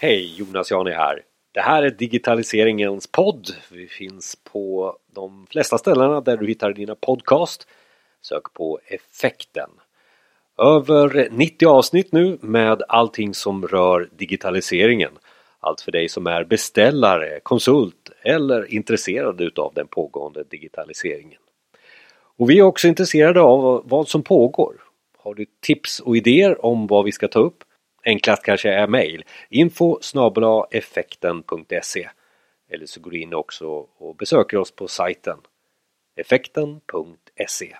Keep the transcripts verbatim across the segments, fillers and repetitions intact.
Hej, Jonas Jani här. Det här är digitaliseringens podd. Vi finns på de flesta ställena där du hittar dina podcast. Sök på Effekten. Över nittio avsnitt nu med allting som rör digitaliseringen. Allt för dig som är beställare, konsult eller intresserad utav den pågående digitaliseringen. Och vi är också intresserade av vad som pågår. Har du tips och idéer om vad vi ska ta upp? Enklast kanske är mejl. info snabel-a effekten punkt se. Eller så går du in också och besöker oss på sajten effekten punkt se.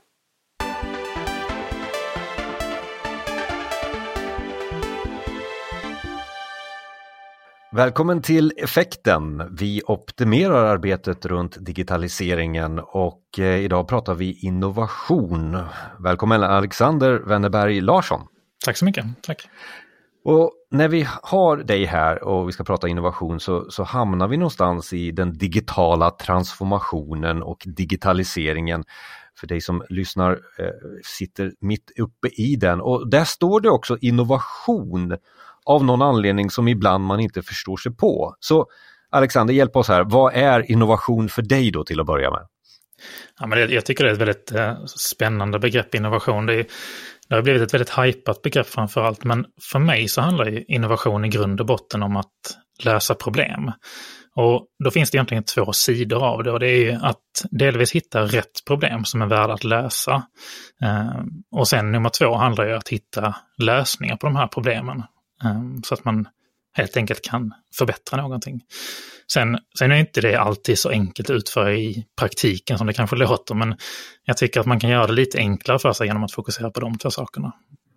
Välkommen till Effekten. Vi optimerar arbetet runt digitaliseringen och eh, idag pratar vi innovation. Välkommen Alexander Wennerberg Larsson. Tack så mycket, tack. Och när vi har dig här och vi ska prata innovation så, så hamnar vi någonstans i den digitala transformationen och digitaliseringen. För dig som lyssnar eh, sitter mitt uppe i den. Och där står det också innovation av någon anledning som ibland man inte förstår sig på. Så Alexander, hjälp oss här. Vad är innovation för dig då till att börja med? Ja, men det, jag tycker det är ett väldigt eh, spännande begrepp, innovation. Det, är, det har blivit ett väldigt hypat begrepp framför allt. Men för mig så handlar ju innovation i grund och botten om att lösa problem. Och då finns det egentligen två sidor av det. Och det är ju att delvis hitta rätt problem som är värda att lösa. Eh, och sen nummer två handlar ju om att hitta lösningar på de här problemen. Eh, så att man helt enkelt kan förbättra någonting. Sen, sen är inte det alltid så enkelt att utföra i praktiken som det kanske låter, men jag tycker att man kan göra det lite enklare för sig genom att fokusera på de två sakerna.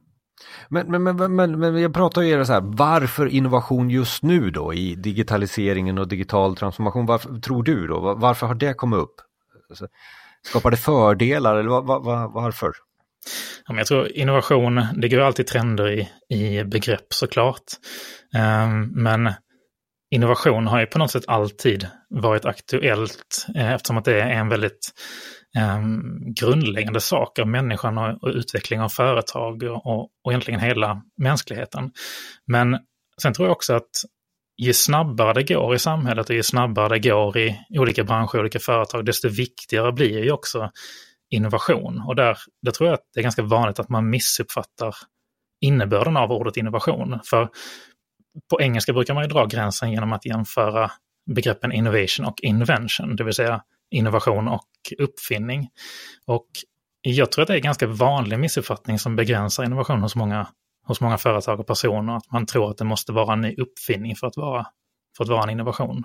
Men, men, men, men, men jag pratar ju så här, varför innovation just nu då i digitaliseringen och digital transformation? Varför, tror du då? Varför har det kommit upp? Alltså, skapar det fördelar eller var, var, varför? Ja, men jag tror innovation, det går alltid trender i, i begrepp såklart. Um, men innovation har ju på något sätt alltid varit aktuellt eh, eftersom att det är en väldigt eh, grundläggande sak av människan och, och utveckling av företag och, och egentligen hela mänskligheten. Men sen tror jag också att ju snabbare det går i samhället och ju snabbare det går i olika branscher och olika företag, desto viktigare blir ju också innovation. Och där, där tror jag att det är ganska vanligt att man missuppfattar innebörden av ordet innovation. För på engelska brukar man ju dra gränsen genom att jämföra begreppen innovation och invention, det vill säga innovation och uppfinning. Och jag tror att det är en ganska vanlig missuppfattning som begränsar innovation hos många, hos många företag och personer, att man tror att det måste vara en ny uppfinning för att vara, för att vara en innovation.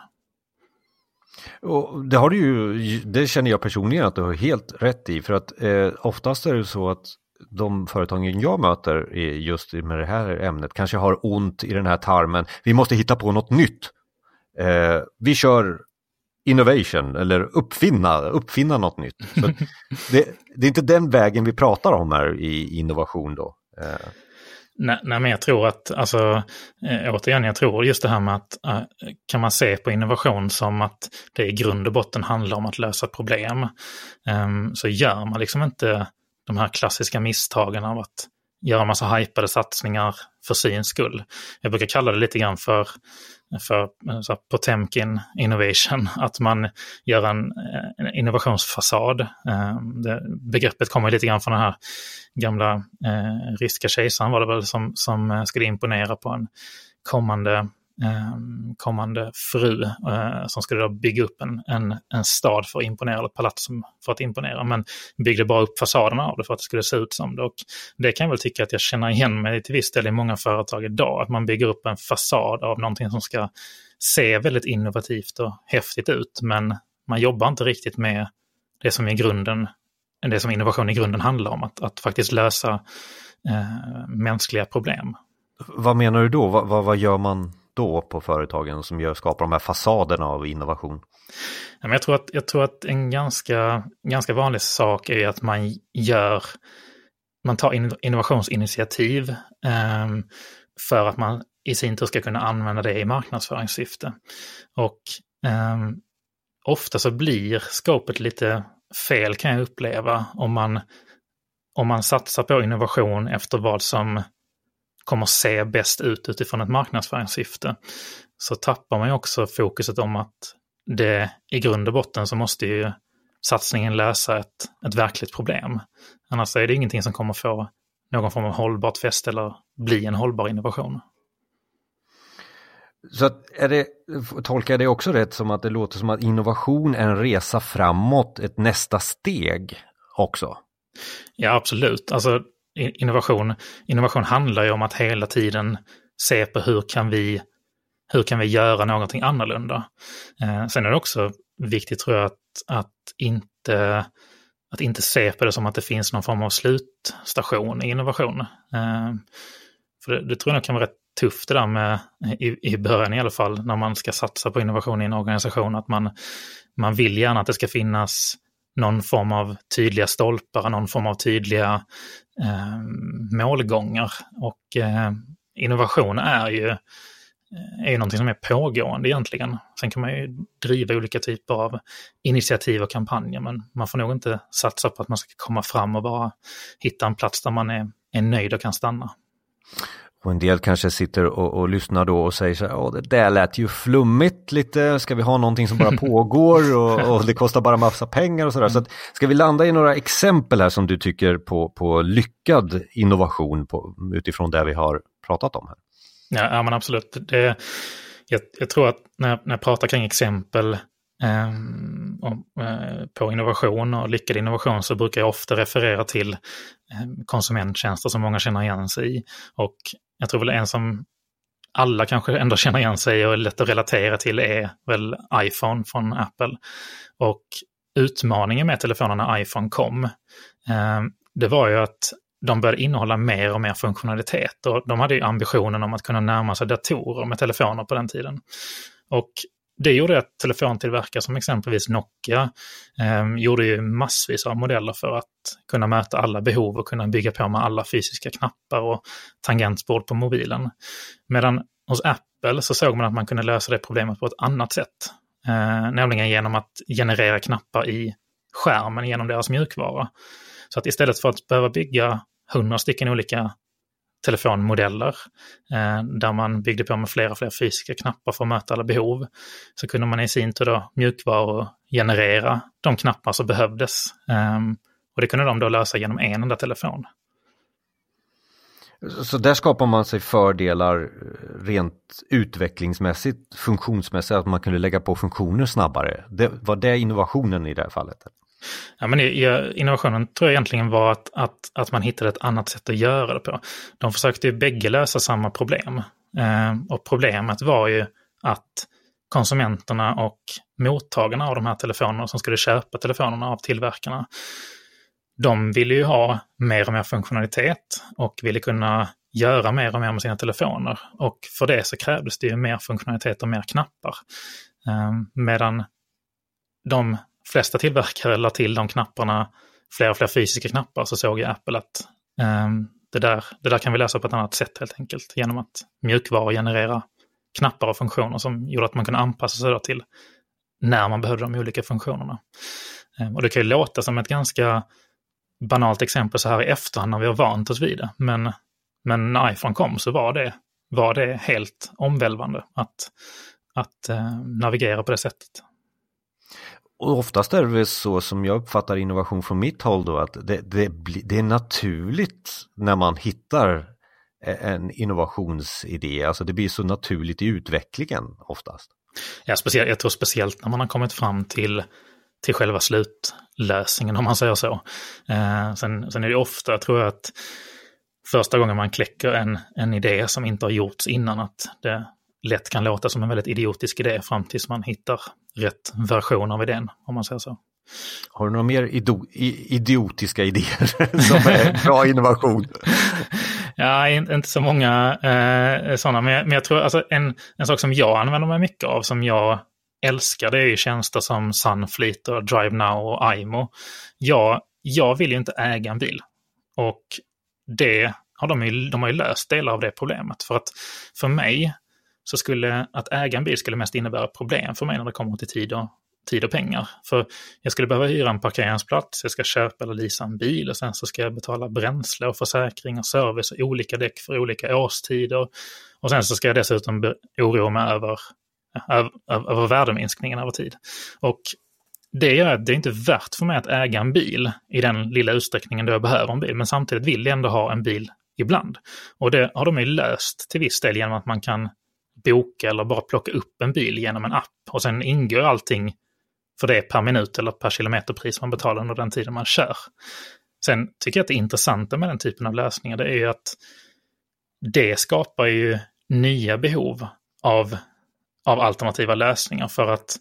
Och det har du ju, det känner jag personligen att du har helt rätt i, för att eh, oftast är det så att de företagen jag möter just med det här ämnet kanske har ont i den här tarmen. Vi måste hitta på något nytt. Eh, vi kör innovation eller uppfinna, uppfinna något nytt. Så det, det är inte den vägen vi pratar om här i innovation då. Eh. Nej, nej, men jag tror att, alltså, äh, återigen, jag tror just det här med att äh, kan man se på innovation som att det i grund och botten handlar om att lösa problem, ähm, så gör man liksom inte de här klassiska misstagen av att göra massa hypade satsningar för syns skull. Jag brukar kalla det lite grann för, för så Potemkin innovation, att man gör en, en innovationsfasad. Det, begreppet kommer lite grann från den här gamla eh, ryska kejsaren var det väl som, som skulle imponera på en kommande Eh, kommande fru eh, som skulle då bygga upp en, en, en stad för att imponera, eller ett palats för att imponera, men byggde bara upp fasaderna av det för att det skulle se ut som det. Och det kan jag väl tycka att jag känner igen mig till viss del i många företag idag, att man bygger upp en fasad av någonting som ska se väldigt innovativt och häftigt ut, men man jobbar inte riktigt med det som i grunden, det som innovation i grunden handlar om, att, att faktiskt lösa eh, mänskliga problem. Vad menar du då? Vad, vad, vad gör man då på företagen som gör, skapar de här fasaderna av innovation? Ja, men jag tror att, jag tror att en ganska, ganska vanlig sak är att man gör, man tar in, innovationsinitiativ eh, för att man i sin tur ska kunna använda det i marknadsföringssyfte. Och eh, ofta så blir skopet lite fel, kan jag uppleva, om man, om man satsar på innovation efter vad som kommer se bäst ut utifrån ett marknadsföringssyfte, så tappar man ju också fokuset om att det i grund och botten så måste ju satsningen lösa ett, ett verkligt problem. Annars är det ingenting som kommer få någon form av hållbart fäste eller bli en hållbar innovation. Så att är det, tolkar jag det också rätt som att det låter som att innovation är en resa framåt, ett nästa steg också? Ja, absolut. Alltså innovation, innovation handlar ju om att hela tiden se på hur kan vi, hur kan vi göra någonting annorlunda. Eh, sen är det också viktigt, tror jag, att, att, inte, att inte se på det som att det finns någon form av slutstation i innovation. Eh, för det, det tror jag kan vara rätt tufft det där med, i, i början i alla fall, när man ska satsa på innovation i en organisation, att man, man vill gärna att det ska finnas någon form av tydliga stolpar, någon form av tydliga eh, målgångar. Och eh, innovation är ju, är ju någonting som är pågående egentligen. Sen kan man ju driva olika typer av initiativ och kampanjer, men man får nog inte satsa på att man ska komma fram och bara hitta en plats där man är, är nöjd och kan stanna. Och en del kanske sitter och, och lyssnar då och säger så här, åh, det där lät ju flummigt lite, ska vi ha någonting som bara pågår och, och det kostar bara massa pengar och sådär. Så att, ska vi landa i några exempel här som du tycker på, på lyckad innovation på, utifrån det vi har pratat om här? Ja, ja men absolut. Det, jag, jag tror att när, när jag pratar kring exempel eh, om, eh, på innovation och lyckad innovation, så brukar jag ofta referera till eh, konsumenttjänster som många känner igen sig i. Och jag tror väl en som alla kanske ändå känner igen sig och är lätt att relatera till är väl iPhone från Apple. Och utmaningen med telefonen när iPhone kom, eh, det var ju att de började innehålla mer och mer funktionalitet. Och de hade ju ambitionen om att kunna närma sig datorer med telefoner på den tiden. Och det gjorde att telefontillverkare som exempelvis Nokia eh, gjorde ju massvis av modeller för att kunna möta alla behov och kunna bygga på med alla fysiska knappar och tangentbord på mobilen. Medan hos Apple så såg man att man kunde lösa det problemet på ett annat sätt. Eh, nämligen genom att generera knappar i skärmen genom deras mjukvara. Så att istället för att behöva bygga hundra stycken olika telefonmodeller eh, där man byggde på med flera och flera fysiska knappar för att möta alla behov, så kunde man i sin tur då mjukvara generera de knappar som behövdes. Eh, och det kunde de då lösa genom en enda telefon. Så där skapar man sig fördelar rent utvecklingsmässigt, funktionsmässigt, att man kunde lägga på funktioner snabbare. Det, var det innovationen i det här fallet? Ja, men innovationen tror jag egentligen var att, att, att man hittade ett annat sätt att göra det på. De försökte ju bägge lösa samma problem. Eh, och problemet var ju att konsumenterna och mottagarna av de här telefonerna som skulle köpa telefonerna av tillverkarna, de ville ju ha mer och mer funktionalitet och ville kunna göra mer och mer med sina telefoner. Och för det så krävdes det ju mer funktionalitet och mer knappar. Eh, medan de flesta tillverkare la till de knapparna, fler och fler fysiska knappar, så såg jag Apple att um, det, där, det där kan vi lösa på ett annat sätt helt enkelt. Genom att mjukvara generera knappar och funktioner som gjorde att man kunde anpassa sig till när man behövde de olika funktionerna. Um, och det kan ju låta som ett ganska banalt exempel så här i efterhand när vi har vant oss vid det. Men, men när iPhone kom så var det, var det helt omvälvande att, att uh, navigera på det sättet. Och oftast är det väl så som jag uppfattar innovation från mitt håll då, att det, det, det är naturligt när man hittar en innovationsidé. Alltså det blir så naturligt i utvecklingen oftast. Ja, speciellt, jag tror speciellt när man har kommit fram till, till själva slutlösningen, om man säger så. Eh, sen, sen är det ofta, tror jag, att första gången man kläcker en, en idé som inte har gjorts innan, att det lätt kan låta som en väldigt idiotisk idé fram tills man hittar rätt version av idén, om man säger så. Har du några mer ido- idiotiska idéer som är bra innovation? Ja, inte så många eh, sådana, men jag, men jag tror alltså en, en sak som jag använder mig mycket av, som jag älskar, det är ju tjänster som Sunfleet och Drive Now och I M O. Jag, jag vill ju inte äga en bil, och det har de ju, de har ju löst delar av det problemet. För att för mig så skulle att äga en bil skulle mest innebära problem för mig när det kommer till tid och, tid och pengar. För jag skulle behöva hyra en parkeringsplats, jag ska köpa eller leasa en bil och sen så ska jag betala bränsle och försäkring och service och olika däck för olika årstider. Och sen så ska jag dessutom oroa mig över, över, över värdeminskningen över tid. Och det gör att det är inte värt för mig att äga en bil i den lilla utsträckningen då jag behöver en bil. Men samtidigt vill jag ändå ha en bil ibland. Och det har de ju löst till viss del genom att man kan boka eller bara plocka upp en bil genom en app. Och sen ingår allting för det per minut eller per kilometerpris man betalar under den tiden man kör. Sen tycker jag att det intressanta med den typen av lösningar det är ju att det skapar ju nya behov av, av alternativa lösningar. För att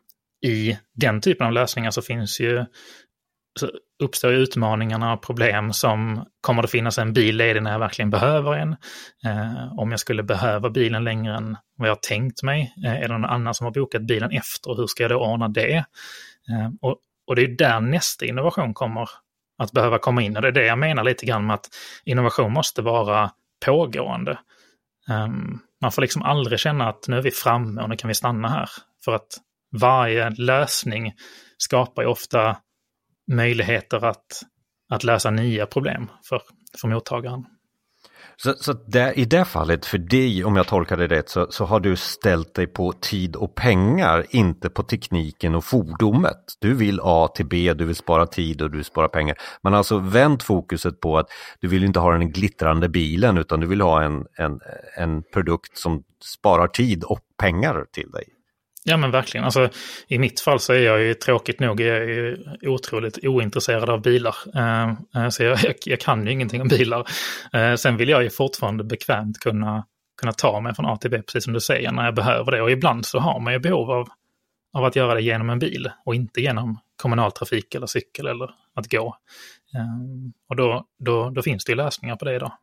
i den typen av lösningar så finns ju så uppstår ju utmaningarna och problem som kommer det finnas en bil ledig när jag verkligen behöver en. Eh, om jag skulle behöva bilen längre än vad jag har tänkt mig. Eh, är det någon annan som har bokat bilen efter? Hur ska jag då ordna det? Eh, och, och det är där nästa innovation kommer att behöva komma in. Och det är det jag menar lite grann med att innovation måste vara pågående. Eh, man får liksom aldrig känna att nu är vi framme och nu kan vi stanna här. För att varje lösning skapar ju ofta möjligheter att, att lösa nya problem för, för mottagaren. Så, så där, i det fallet för dig, om jag tolkar det rätt, så, så har du ställt dig på tid och pengar, inte på tekniken och fordonet. Du vill A till B, du vill spara tid och du vill spara pengar. Men alltså vänt fokuset på att du vill inte ha den glittrande bilen utan du vill ha en, en, en produkt som sparar tid och pengar till dig. Ja men verkligen. Alltså, i mitt fall så är jag ju tråkigt nog jag är ju otroligt ointresserad av bilar. Uh, så jag, jag, jag kan ju ingenting om bilar. Uh, sen vill jag ju fortfarande bekvämt kunna, kunna ta mig från A till B, precis som du säger, när jag behöver det. Och ibland så har man ju behov av, av att göra det genom en bil och inte genom kommunaltrafik eller cykel eller att gå. Uh, och då, då, då finns det ju lösningar på det idag.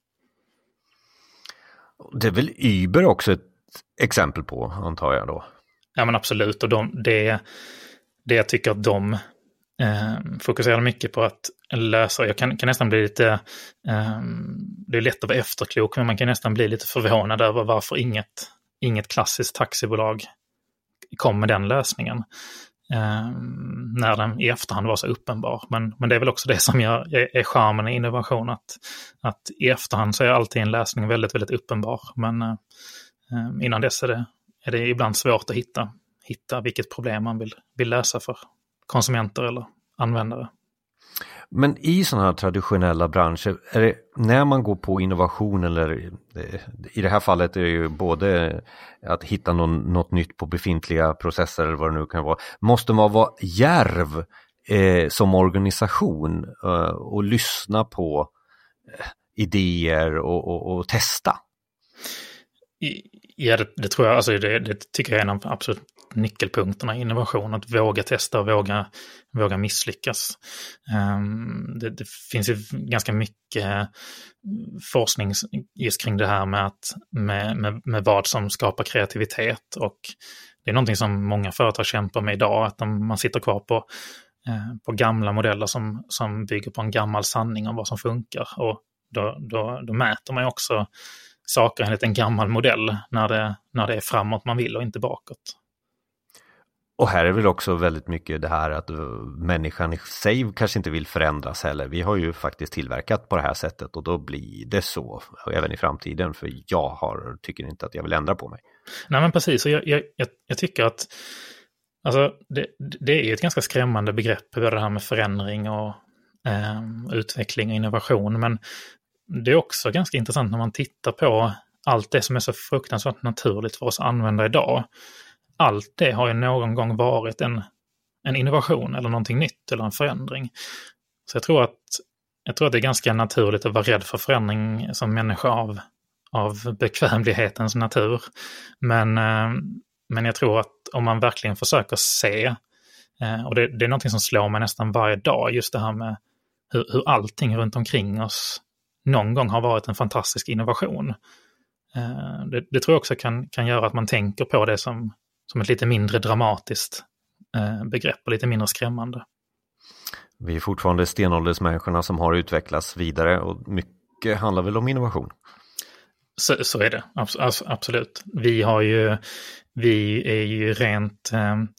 Det är väl Uber också ett exempel på, antar jag då? Ja men absolut, och de, det, det jag tycker att de eh, fokuserar mycket på att lösa, jag kan, kan nästan bli lite, eh, det är lätt att vara efterklok, men man kan nästan bli lite förvånad över varför inget, inget klassiskt taxibolag kom med den lösningen. Eh, när den i efterhand var så uppenbar. Men, men det är väl också det som gör, är, är charmen i innovation, att, att i efterhand så är alltid en lösning väldigt, väldigt uppenbar. Men eh, innan dess är det är det ibland svårt att hitta, hitta vilket problem man vill, vill lösa för konsumenter eller användare. Men i sådana här traditionella branscher, är det, när man går på innovation eller i det här fallet är det ju både att hitta någon, något nytt på befintliga processer eller vad det nu kan vara, måste man vara djärv eh, som organisation eh, och lyssna på eh, idéer och, och, och testa? Ja, det, det tror jag. Alltså det, det tycker jag är en av absolut nyckelpunkterna i innovation. Att våga testa och våga, våga misslyckas. Um, det, det finns ju ganska mycket forskning just kring det här med, att, med, med, med vad som skapar kreativitet. Och det är någonting som många företag kämpar med idag. Att de, man sitter kvar på, eh, på gamla modeller som, som bygger på en gammal sanning om vad som funkar. Och då, då, då mäter man ju också saker enligt en gammal modell när det, när det är framåt man vill och inte bakåt. Och här är väl också väldigt mycket det här att människan i sig kanske inte vill förändras heller. Vi har ju faktiskt tillverkat på det här sättet och då blir det så även i framtiden, för jag har, tycker inte att jag vill ändra på mig. Nej men precis, och jag, jag, jag tycker att alltså, det, det är ju ett ganska skrämmande begrepp, det här med förändring och eh, utveckling och innovation, men det är också ganska intressant när man tittar på allt det som är så fruktansvärt naturligt för oss att använda idag. Allt det har ju någon gång varit en, en innovation eller någonting nytt eller en förändring. Så jag tror att, jag tror att det är ganska naturligt att vara rädd för förändring som människa av, av bekvämlighetens natur. Men, men jag tror att om man verkligen försöker se, och det, det är någonting som slår mig nästan varje dag, just det här med hur, hur allting runt omkring oss någon gång har varit en fantastisk innovation. Det, det tror jag också kan, kan göra att man tänker på det som, som ett lite mindre dramatiskt begrepp och lite mindre skrämmande. Vi är fortfarande stenåldersmänniskorna som har utvecklats vidare och mycket handlar väl om innovation. Så, så är det, absolut. Vi har ju, vi är ju rent,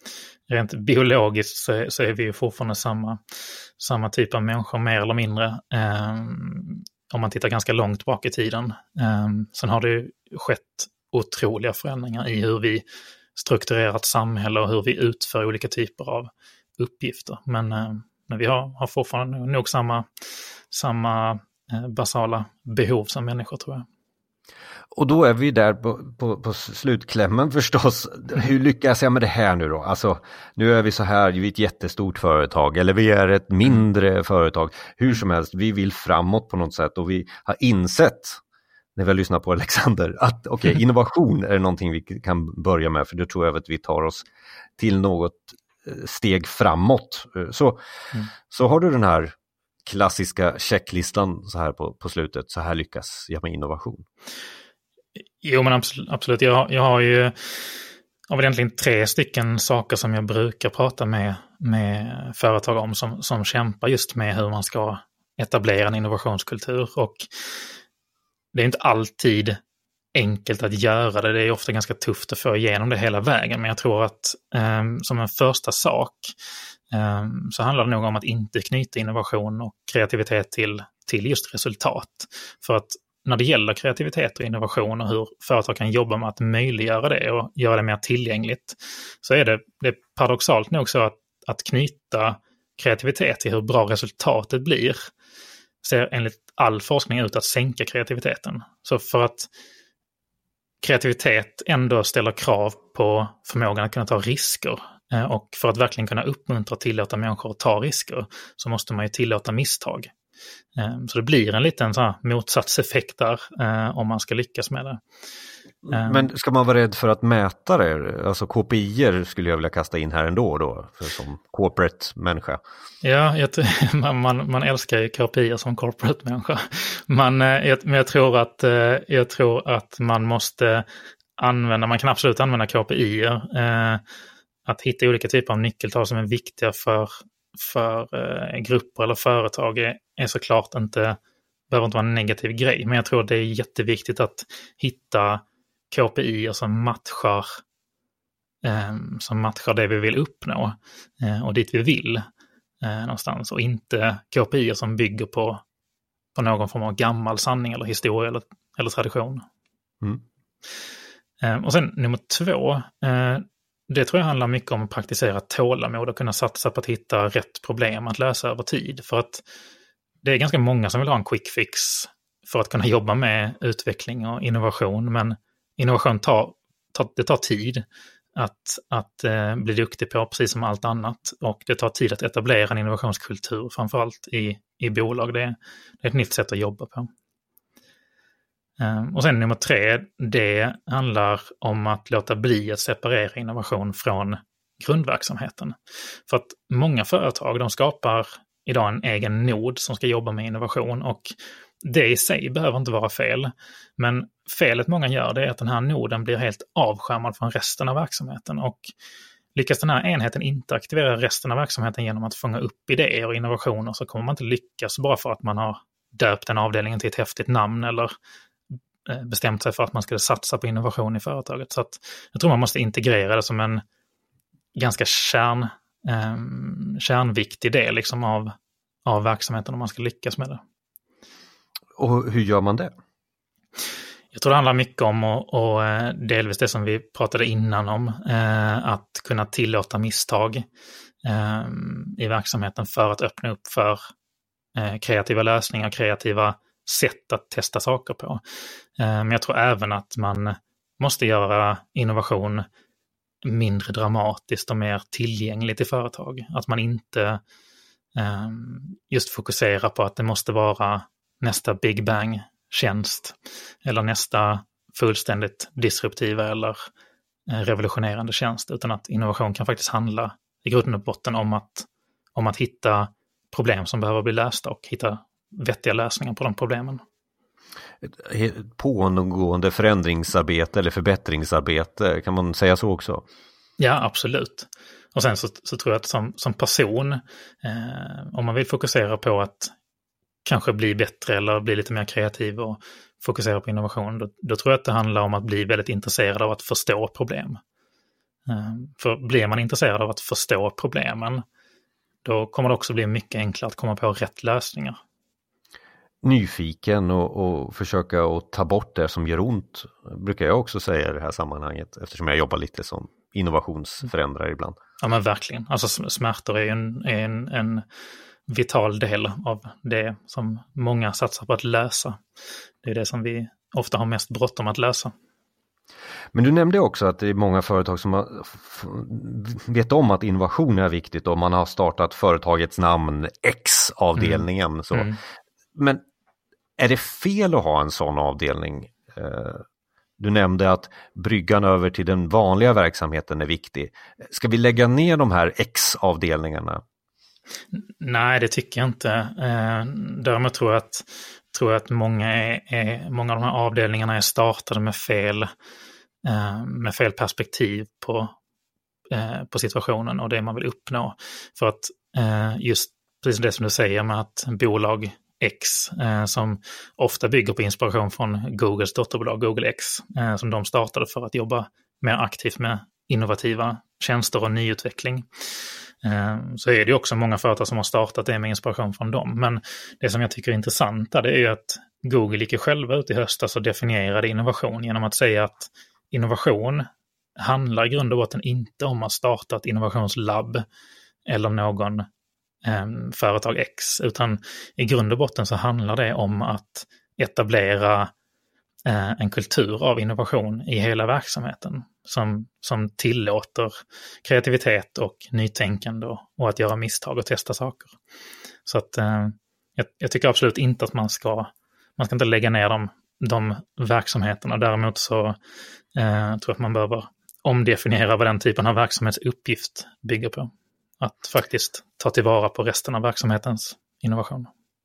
rent biologiskt så, så är vi ju fortfarande samma, samma typ av människor mer eller mindre. Eh, om man tittar ganska långt bak i tiden. Eh, sen har det ju skett otroliga förändringar i hur vi strukturerar ett samhälle och hur vi utför olika typer av uppgifter. Men, eh, men vi har, har fortfarande nog samma, samma eh, basala behov som människor, tror jag. Och då är vi där på, på, på slutklämmen förstås. Hur lyckas jag med det här nu då? Alltså, nu är vi så här, vi är ett jättestort företag eller vi är ett mindre företag. Hur som helst, vi vill framåt på något sätt och vi har insett när vi har lyssnat på Alexander att okej, okay, innovation är någonting vi kan börja med, för det tror jag att vi tar oss till något steg framåt. Så, mm. så har du den här klassiska checklistan så här på, på slutet, så här lyckas jag med innovation. Jo, men absolut. absolut. Jag, jag har ju av egentligen tre stycken saker som jag brukar prata med, med företag om som, som kämpar just med hur man ska etablera en innovationskultur. Och det är inte alltid enkelt att göra det. Det är ofta ganska tufft att få igenom det hela vägen. Men jag tror att eh, som en första sak eh, så handlar det nog om att inte knyta innovation och kreativitet till, till just resultat. För att när det gäller kreativitet och innovation och hur företag kan jobba med att möjliggöra det och göra det mer tillgängligt, så är det, det är paradoxalt nog så att, att knyta kreativitet till hur bra resultatet blir ser enligt all forskning ut att sänka kreativiteten. Så för att kreativitet ändå ställer krav på förmågan att kunna ta risker, och för att verkligen kunna uppmuntra och tillåta människor att ta risker så måste man ju tillåta misstag. Så det blir en liten så här motsatseffekt där eh, om man ska lyckas med det. Men ska man vara rädd för att mäta det? Alltså K P I-er skulle jag vilja kasta in här ändå då, för som corporate-människa. Ja, jag, man, man älskar ju K P I-er som corporate-människa. Man, jag, men jag tror, att, jag tror att man måste använda, man kan absolut använda K P I-er. Eh, att hitta olika typer av nyckeltal som är viktiga för för eh, grupper eller företag är, är såklart inte, behöver inte vara en negativ grej, men jag tror det är jätteviktigt att hitta K P I som matchar eh, som matchar det vi vill uppnå eh, och dit vi vill eh, någonstans, och inte K P I som bygger på, på någon form av gammal sanning eller historia eller, eller tradition. Mm. Eh, och sen nummer två, eh, det tror jag handlar mycket om att praktisera tålamod och kunna satsa på att hitta rätt problem att lösa över tid. För att det är ganska många som vill ha en quick fix för att kunna jobba med utveckling och innovation. Men innovation tar, tar, det tar tid att, att eh, bli duktig på, precis som allt annat. Och det tar tid att etablera en innovationskultur, framförallt i, i bolag. Det, det är ett nytt sätt att jobba på. Och sen nummer tre, det handlar om att låta bli att separera innovation från grundverksamheten. För att många företag, de skapar idag en egen nod som ska jobba med innovation, och det i sig behöver inte vara fel. Men felet många gör, det är att den här noden blir helt avskärmad från resten av verksamheten, och lyckas den här enheten inte aktivera resten av verksamheten genom att fånga upp idéer och innovationer, så kommer man inte lyckas bara för att man har döpt den avdelningen till ett häftigt namn eller bestämt sig för att man skulle satsa på innovation i företaget. Så att jag tror man måste integrera det som en ganska kärn, eh, kärnviktig del liksom av, av verksamheten om man ska lyckas med det. Och hur gör man det? Jag tror det handlar mycket om, och, och delvis det som vi pratade innan om, eh, att kunna tillåta misstag eh, i verksamheten för att öppna upp för eh, kreativa lösningar, kreativa sätt att testa saker på. Men jag tror även att man måste göra innovation mindre dramatiskt och mer tillgängligt i företag. Att man inte just fokuserar på att det måste vara nästa Big Bang-tjänst eller nästa fullständigt disruptiva eller revolutionerande tjänst, utan att innovation kan faktiskt handla i grund och botten om att, om att hitta problem som behöver bli lösta och hitta vettiga lösningar på de problemen. Ett pågående förändringsarbete eller förbättringsarbete, kan man säga så också? Ja, absolut. Och sen så, så tror jag att som, som person, eh, om man vill fokusera på att kanske bli bättre eller bli lite mer kreativ och fokusera på innovation, då, då tror jag att det handlar om att bli väldigt intresserad av att förstå problem. För blir man intresserad av att förstå problemen, då kommer det också bli mycket enklare att komma på rätt lösningar. Nyfiken och, och försöka att ta bort det som gör ont, brukar jag också säga i det här sammanhanget, eftersom jag jobbar lite som innovationsförändrare ibland. Ja, men verkligen. Alltså smärtor är en, är en, en vital del av det som många satsar på att lösa. Det är det som vi ofta har mest bråttom att lösa. Men du nämnde också att det är många företag som har, vet om att innovation är viktigt och man har startat företagets namn X-avdelningen. Mm. Så. Mm. Men är det fel att ha en sån avdelning? Du nämnde att bryggan över till den vanliga verksamheten är viktig. Ska vi lägga ner de här X-avdelningarna? Nej, det tycker jag inte. Däremot tror jag att, tror jag att många, är, är, många av de här avdelningarna är startade med fel, med fel perspektiv på, på situationen och det man vill uppnå. För att just precis det som du säger med att bolag X eh, som ofta bygger på inspiration från Googles dotterbolag Google X eh, som de startade för att jobba mer aktivt med innovativa tjänster och nyutveckling. Eh, så är det också många företag som har startat det med inspiration från dem. Men det som jag tycker är intressant det är ju att Google gick själva ut i höstas och definierade innovation genom att säga att innovation handlar i grund och botten inte om att starta ett innovationslabb eller någon företag X, utan i grund och botten så handlar det om att etablera en kultur av innovation i hela verksamheten som, som tillåter kreativitet och nytänkande och, och att göra misstag och testa saker. Så att jag, jag tycker absolut inte att man ska man ska inte lägga ner de, de verksamheterna. Däremot så eh, tror jag att man behöver omdefiniera vad den typen av verksamhetsuppgift bygger på. Att faktiskt ta tillvara på resten av verksamhetens innovation.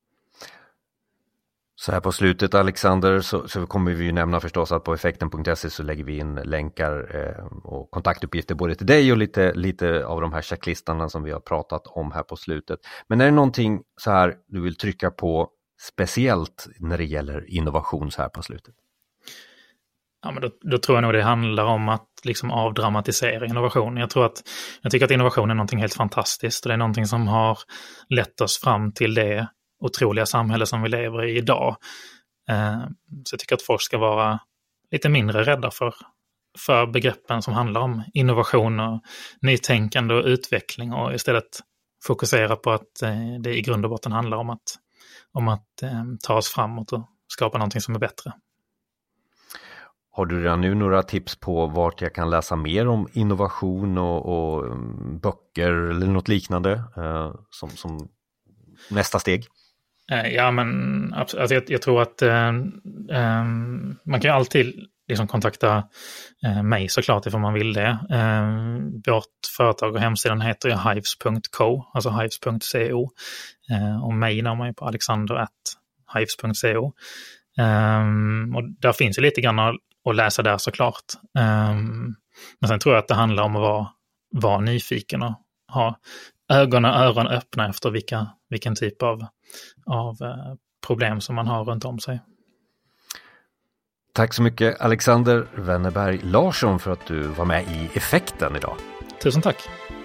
Så här på slutet, Alexander, så, så kommer vi ju nämna förstås att på effekten punkt se så lägger vi in länkar eh, och kontaktuppgifter både till dig och lite, lite av de här checklistorna som vi har pratat om här på slutet. Men är det någonting så här du vill trycka på speciellt när det gäller innovation så här på slutet? Ja, men då, då tror jag nog det handlar om att liksom avdramatisera innovation. Jag tror att, jag tycker att innovation är någonting helt fantastiskt och det är någonting som har lett oss fram till det otroliga samhälle som vi lever i idag. Eh, så jag tycker att folk ska vara lite mindre rädda för, för begreppen som handlar om innovation och nytänkande och utveckling och istället fokusera på att eh, det i grund och botten handlar om att, om att eh, ta oss framåt och skapa någonting som är bättre. Har du redan nu några tips på vart jag kan läsa mer om innovation och, och böcker eller något liknande eh, som, som nästa steg? Ja, men alltså, jag, jag tror att eh, eh, man kan ju alltid liksom kontakta eh, mig såklart ifall man vill det. Eh, vårt företag och hemsidan heter ju hives punkt co, alltså hives punkt co. Eh, och mig när man är på alexander at hives punkt co. Eh, och där finns ju lite grann att läsa där såklart. Eh, men sen tror jag att det handlar om att vara, vara nyfiken och ha ögon och öron öppna efter vilka, vilken typ av, av eh, problem som man har runt om sig. Tack så mycket Alexander Wennerberg Larsson för att du var med i Effekten idag. Tusen tack.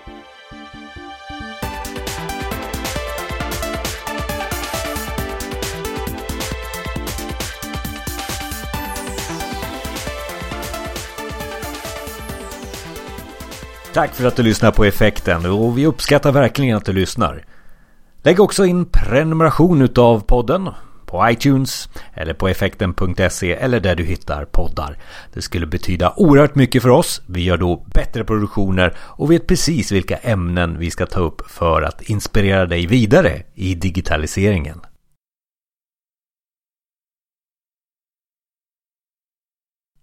Tack för att du lyssnar på Effekten och vi uppskattar verkligen att du lyssnar. Lägg också in prenumeration utav podden på iTunes eller på effekten punkt se eller där du hittar poddar. Det skulle betyda oerhört mycket för oss. Vi gör då bättre produktioner och vet precis vilka ämnen vi ska ta upp för att inspirera dig vidare i digitaliseringen.